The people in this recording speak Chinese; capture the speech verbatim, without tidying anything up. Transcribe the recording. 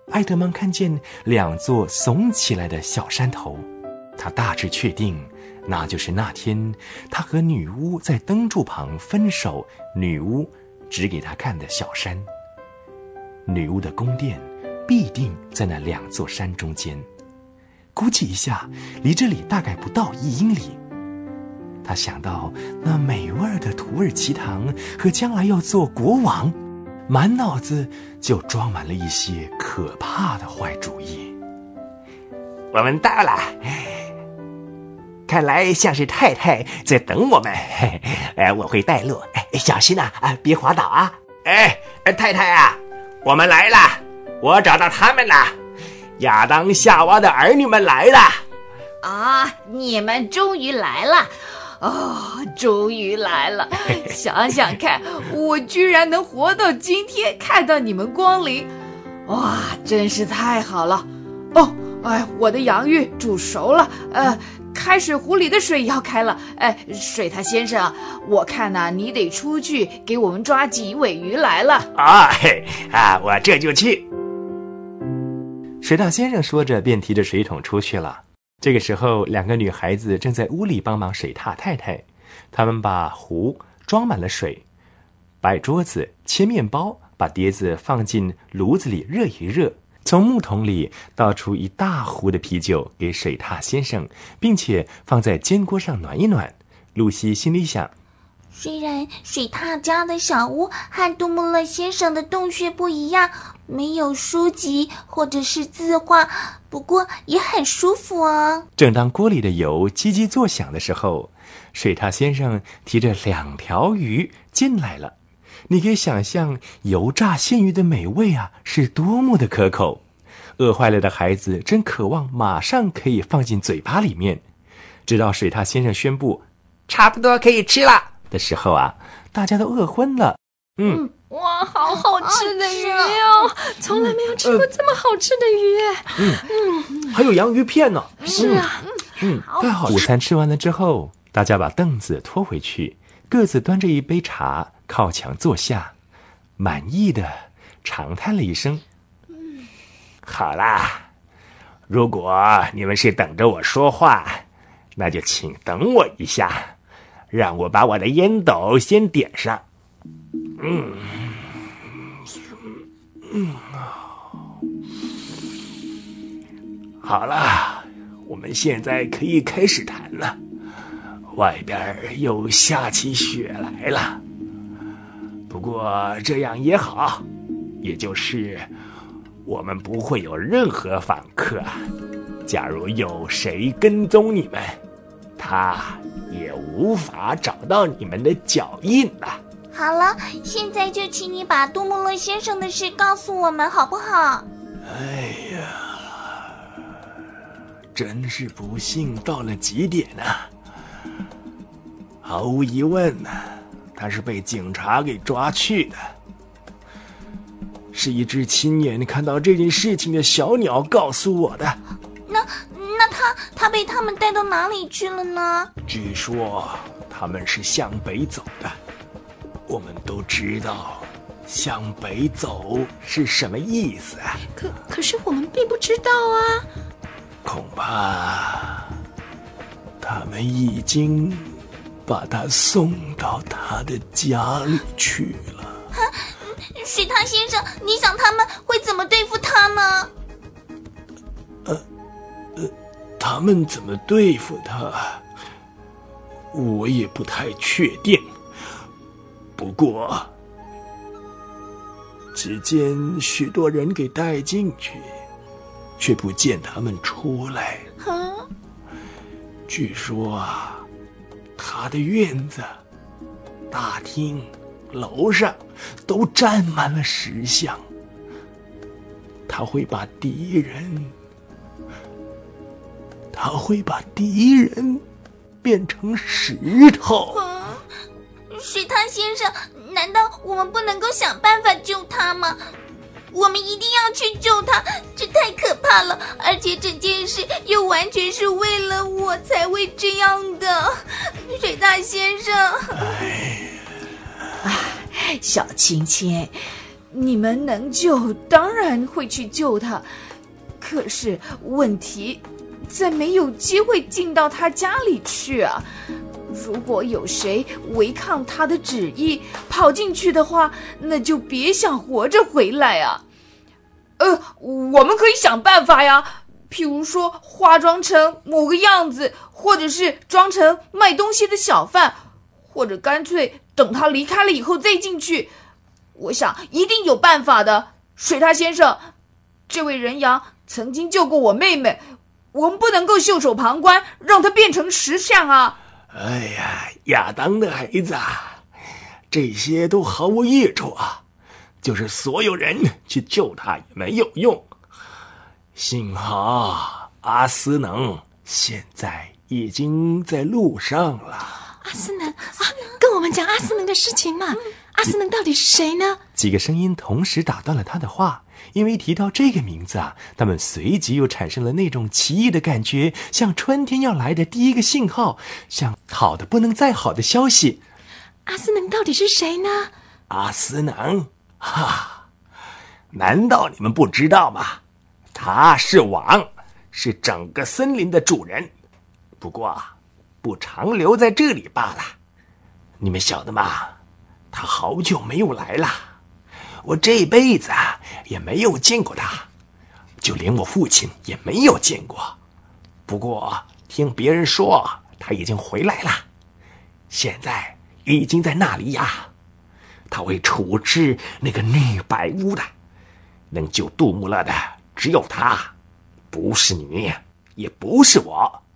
埃德蒙看见两座耸起来的小山头，他大致确定那就是那天他和女巫在灯柱旁分手，女巫指给他看的小山。女巫的宫殿必定在那两座山中间，估计一下，离这里大概不到一英里。他想到那美味的土耳其糖和将来要做国王，满脑子就装满了一些可怕的坏主意。 我们到了，看来像是太太在等我们。哎，我会带路，小心啊，啊，别滑倒啊！哎，太太啊，我们来了，我找到他们了，亚当夏娃的儿女们来了。 啊，你们终于来了！哦，终于来了！想想看，我居然能活到今天，看到你们光临，哇，真是太好了！哦，哎，我的洋芋煮熟了，呃，开水壶里的水要开了。哎，水獭先生，我看呐、啊，你得出去给我们抓几尾鱼来了。 啊，嘿啊，我这就去。 水獭先生说着，便提着水桶出去了。这个时候，两个女孩子正在屋里帮忙水獭太太，她们把壶装满了水，摆桌子，切面包，把碟子放进炉子里热一热，从木桶里倒出一大壶的啤酒给水獭先生，并且放在煎锅上暖一暖。露西心里想， 虽然水獭家的小屋和杜穆勒先生的洞穴不一样，没有书籍或者是字画，不过也很舒服啊。 正当锅里的油叽叽作响的时候，水獭先生提着两条鱼进来了。你可以想象油炸鲜鱼的美味啊，是多么的可口。饿坏了的孩子真渴望马上可以放进嘴巴里面。直到水獭先生宣布差不多可以吃了的时候啊，大家都饿昏了。嗯， 哇，好好吃的鱼哦！从来没有吃过这么好吃的鱼。 嗯嗯，还有洋芋片呢。 是啊， 嗯，太好吃。午餐吃完了之后，大家把凳子拖回去，各自端着一杯茶靠墙坐下，满意的长叹了一声。 嗯，好啦，如果你们是等着我说话，那就请等我一下，让我把我的烟斗先点上。嗯嗯，好了，我们现在可以开始谈了。外边又下起雪来了，不过这样也好，也就是我们不会有任何访客。假如有谁跟踪你们，他也无法找到你们的脚印了。 好了，现在就请你把杜穆勒先生的事告诉我们好不好？ 哎呀，真是不幸到了极点啊！毫无疑问，他是被警察给抓去的。是一只亲眼看到这件事情的小鸟告诉我的。 那那他他被他们带到哪里去了呢？ 据说他们是向北走的。我们都知道向北走是什么意思啊？ 可可是我们并不知道啊。 恐怕他们已经把他送到他的家里去了。 哈，水獭先生，你想他们会怎么对付他呢？ 呃呃，他们怎么对付他，我也不太确定。不过，只见许多人给带进去，却不见他们出来。 啊， 据说啊，他的院子、大厅、楼上都站满了石像。他会把敌人，他会把敌人变成石头。 啊，水獭先生，难道我们不能够想办法救他吗？我们一定要去救他，这太可怕了，而且整件事又完全是为了我才会这样的。水獭先生， 哎，小青青， 你们能救，当然会去救他。可是问题在没有机会进到他家里去啊！如果有谁违抗他的旨意跑进去的话，那就别想活着回来啊！呃，我们可以想办法呀，譬如说化妆成某个样子，或者是装成卖东西的小贩，或者干脆等他离开了以后再进去。我想一定有办法的。水獭先生，这位人羊曾经救过我妹妹，我们不能够袖手旁观，让她变成石像啊！ 哎呀，亚当的孩子啊，这些都毫无益处啊，就是所有人去救他也没有用。幸好阿斯能现在已经在路上了。 阿斯能啊，跟我们讲阿斯能的事情嘛。阿斯能到底是谁呢？ 几个声音同时打断了他的话，因为提到这个名字啊，他们随即又产生了那种奇异的感觉，像春天要来的第一个信号，像好的不能再好的消息。 阿斯能到底是谁呢？ 阿斯能，哈，难道你们不知道吗？他是王，是整个森林的主人，不过不常留在这里罢了。你们晓得吗？他好久没有来了，我这辈子也没有见过他，就连我父亲也没有见过。不过听别人说他已经回来了，现在已经在那里呀。他会处置那个女白巫的，能救杜穆勒的只有他，不是你，也不是我。